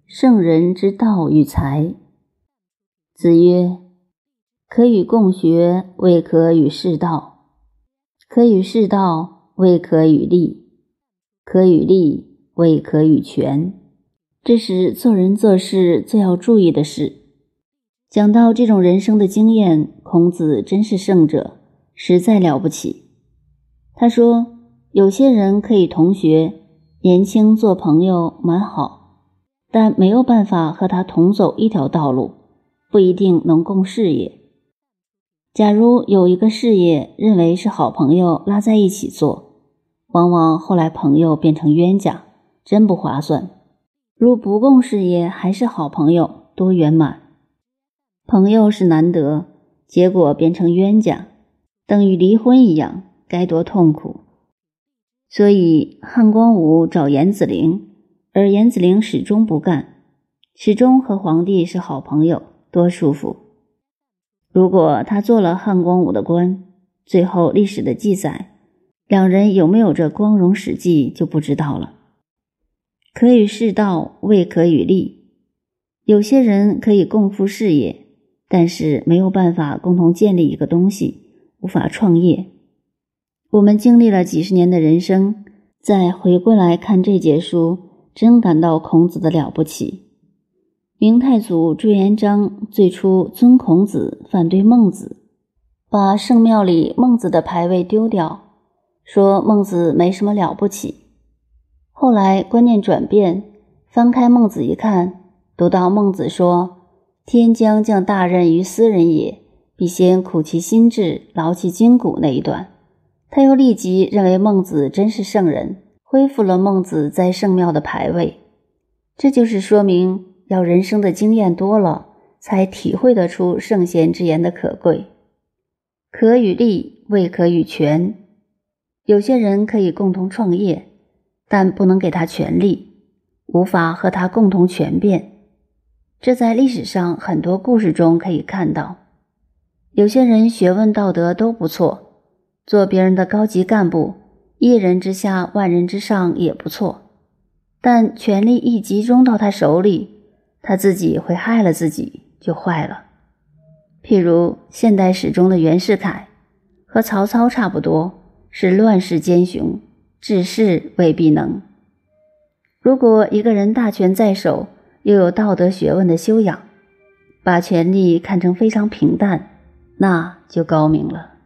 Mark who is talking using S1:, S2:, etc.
S1: 圣人之道与才。子曰：可与共学，未可与士道；可与士道，未可与利；可与利，未可与权。这是做人做事最要注意的事。讲到这种人生的经验，孔子真是圣者，实在了不起。他说，有些人可以同学，年轻做朋友蛮好，但没有办法和他同走一条道路，不一定能共事业。假如有一个事业认为是好朋友拉在一起做，往往后来朋友变成冤家，真不划算。如不共事业还是好朋友，多圆满。朋友是难得，结果变成冤家，等于离婚一样，该多痛苦。所以汉光武找颜子陵，而颜子陵始终不干，始终和皇帝是好朋友，多舒服。如果他做了汉光武的官，最后历史的记载，两人有没有这光荣史记就不知道了。可与士道，未可与利。有些人可以共赴事业，但是没有办法共同建立一个东西，无法创业。我们经历了几十年的人生，再回过来看这节书，真感到孔子的了不起。明太祖朱元璋最初尊孔子，反对孟子，把圣庙里孟子的牌位丢掉，说孟子没什么了不起。后来观念转变，翻开孟子一看，读到孟子说，天将降大任于斯人也，必先苦其心志，劳其筋骨那一段，他又立即认为孟子真是圣人，恢复了孟子在圣庙的牌位。这就是说明要人生的经验多了，才体会得出圣贤之言的可贵。可与利，未可与权。有些人可以共同创业，但不能给他权力，无法和他共同权变。这在历史上很多故事中可以看到。有些人学问道德都不错，做别人的高级干部，一人之下万人之上也不错，但权力一集中到他手里，他自己会害了自己，就坏了。譬如现代史中的袁世凯，和曹操差不多，是乱世奸雄，治世未必能。如果一个人大权在手，又有道德学问的修养，把权力看成非常平淡，那就高明了。